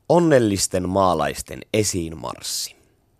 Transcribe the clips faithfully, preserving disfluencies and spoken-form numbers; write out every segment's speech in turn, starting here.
Onnellisten maalaisten esiinmarssi.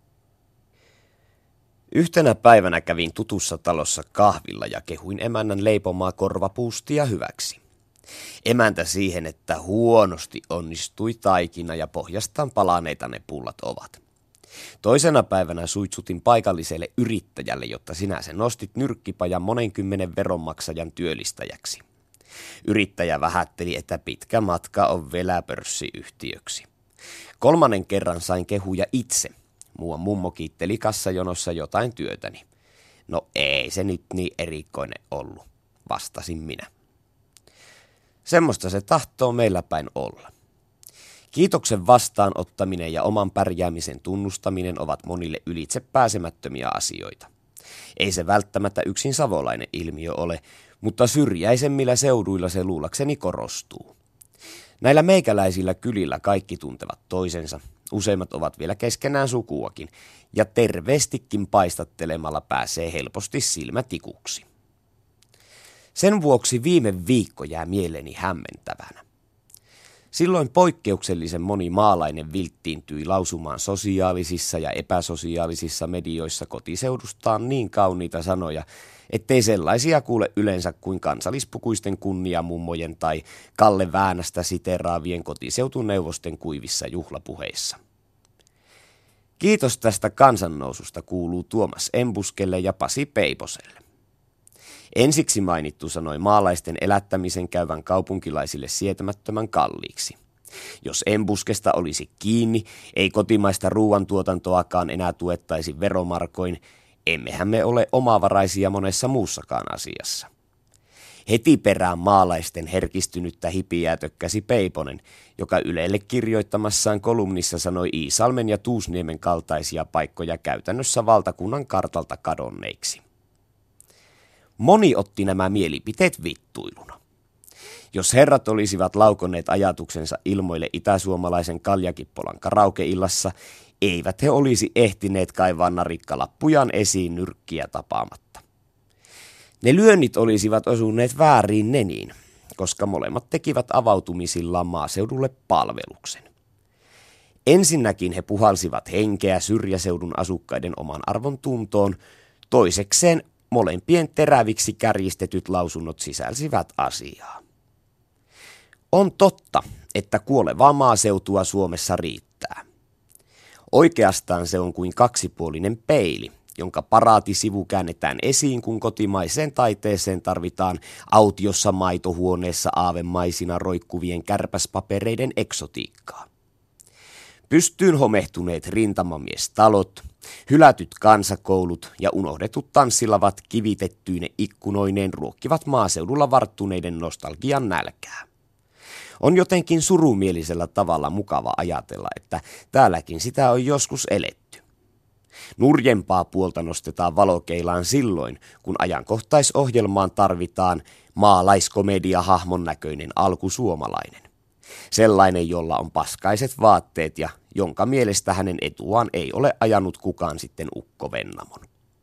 Yhtenä päivänä kävin tutussa talossa kahvilla ja kehuin emännän leipomaa korvapuustia hyväksi. Emäntä siihen, että huonosti onnistui taikina ja pohjastaan palaneita ne pullat ovat. Toisena päivänä suitsutin paikalliselle yrittäjälle, jotta sinä se nostit nyrkkipajan monenkymmenen veronmaksajan työllistäjäksi. Yrittäjä vähätteli, että pitkä matka on vielä pörssiyhtiöksi. Kolmannen kerran sain kehuja itse. Muuan mummo kiitteli kassajonossa jotain työtäni. No ei se nyt niin erikoinen ollut, vastasin minä. Semmoista se tahtoo meillä päin olla. Kiitoksen vastaanottaminen ja oman pärjäämisen tunnustaminen ovat monille ylitse pääsemättömiä asioita. Ei se välttämättä yksin savolainen ilmiö ole, mutta syrjäisemmillä seuduilla se luulakseni korostuu. Näillä meikäläisillä kylillä kaikki tuntevat toisensa, useimmat ovat vielä keskenään sukuakin, ja terveestikin paistattelemalla pääsee helposti silmätikuksi. Sen vuoksi viime viikko jää mieleeni hämmentävänä. Silloin poikkeuksellisen moni maalainen vilttiintyi lausumaan sosiaalisissa ja epäsosiaalisissa medioissa kotiseudustaan niin kauniita sanoja, ettei sellaisia kuule yleensä kuin kansallispukuisten kunniamummojen tai Kalle Väänästä siteraavien kotiseutuneuvosten kuivissa juhlapuheissa. Kiitos tästä kansannoususta kuuluu Tuomas Embuskelle ja Pasi Peiposelle. Ensiksi mainittu sanoi maalaisten elättämisen käyvän kaupunkilaisille sietämättömän kalliiksi. Jos Embuskesta olisi kiinni, ei kotimaista ruuantuotantoakaan enää tuettaisi veromarkoin, emmehän me ole omavaraisia monessa muussakaan asiassa. Heti perään maalaisten herkistynyttä hipiää tökkäsi Peiponen, joka Ylelle kirjoittamassaan kolumnissa sanoi Iisalmen ja Tuusniemen kaltaisia paikkoja käytännössä valtakunnan kartalta kadonneiksi. Moni otti nämä mielipiteet vittuiluna. Jos herrat olisivat laukonneet ajatuksensa ilmoille itäsuomalaisen Kaljakippolan karaokeillassa, eivät he olisi ehtineet kaivaa narikkalappujaan esiin nyrkkiä tapaamatta. Ne lyönnit olisivat osuneet vääriin neniin, koska molemmat tekivät avautumisillaan maaseudulle palveluksen. Ensinnäkin he puhalsivat henkeä syrjäseudun asukkaiden oman arvon tuntoon, toisekseen molempien teräviksi kärjistetyt lausunnot sisälsivät asiaa. On totta, että kuolevaa maaseutua Suomessa riittää. Oikeastaan se on kuin kaksipuolinen peili, jonka paraatisivu käännetään esiin, kun kotimaiseen taiteeseen tarvitaan autiossa maitohuoneessa aavemaisina roikkuvien kärpäspapereiden eksotiikkaa. Pystyyn homehtuneet rintamamiestalot, hylätyt kansakoulut ja unohdetut tanssilavat kivitettyine ikkunoineen ruokkivat maaseudulla varttuneiden nostalgian nälkää. On jotenkin surumielisellä tavalla mukava ajatella, että täälläkin sitä on joskus eletty. Nurjempaa puolta nostetaan valokeilaan silloin, kun ajankohtaisohjelmaan tarvitaan maalaiskomedia-hahmon näköinen alkusuomalainen. Sellainen, jolla on paskaiset vaatteet ja jonka mielestä hänen etuaan ei ole ajanut kukaan sitten Ukko Vennamon.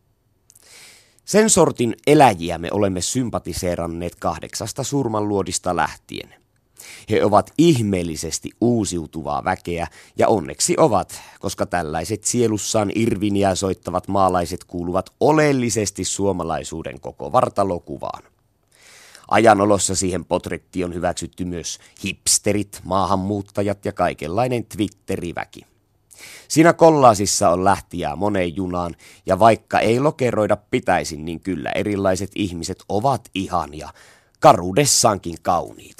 Sen sortin eläjiä me olemme sympatiseeranneet kahdeksasta surmanluodista lähtien. He ovat ihmeellisesti uusiutuvaa väkeä ja onneksi ovat, koska tällaiset sielussaan irviniä soittavat maalaiset kuuluvat oleellisesti suomalaisuuden koko vartalokuvaan. Ajanolossa siihen potrettiin on hyväksytty myös hipsterit, maahanmuuttajat ja kaikenlainen twitteriväki. Siinä kollaasissa on lähtijää moneen junaan, ja vaikka ei lokeroida pitäisi, niin kyllä erilaiset ihmiset ovat ihania, karuudessaankin kauniita.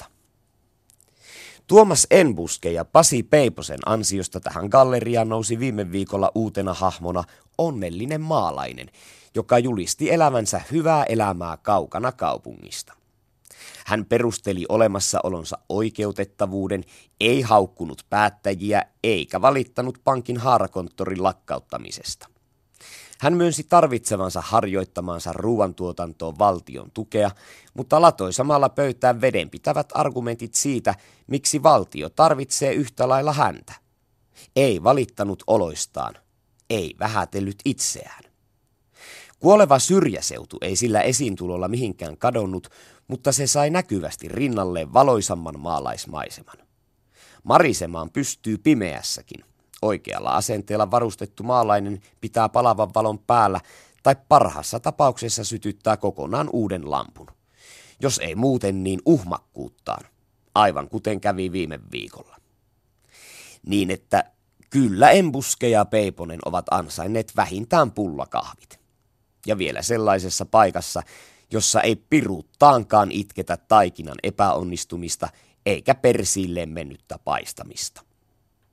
Tuomas Embuske ja Pasi Peiposen ansiosta tähän galleriaan nousi viime viikolla uutena hahmona onnellinen maalainen, joka julisti elävänsä hyvää elämää kaukana kaupungista. Hän perusteli olemassaolonsa oikeutettavuuden, ei haukkunut päättäjiä eikä valittanut pankin haarakonttorin lakkauttamisesta. Hän myönsi tarvitsevansa harjoittamaansa ruuantuotantoon valtion tukea, mutta latoi samalla pöytään vedenpitävät argumentit siitä, miksi valtio tarvitsee yhtä lailla häntä. Ei valittanut oloistaan, ei vähätellyt itseään. Kuoleva syrjäseutu ei sillä esiintulolla mihinkään kadonnut, mutta se sai näkyvästi rinnalleen valoisamman maalaismaiseman. Marisemaan pystyy pimeässäkin. Oikealla asenteella varustettu maalainen pitää palavan valon päällä tai parhaassa tapauksessa sytyttää kokonaan uuden lampun. Jos ei muuten, niin uhmakkuuttaan, aivan kuten kävi viime viikolla. Niin että kyllä Embuske ja Peiponen ovat ansainneet vähintään pullakahvit. Ja vielä sellaisessa paikassa, jossa ei piruuttaankaan itketä taikinan epäonnistumista eikä persiilleen mennyttä paistamista.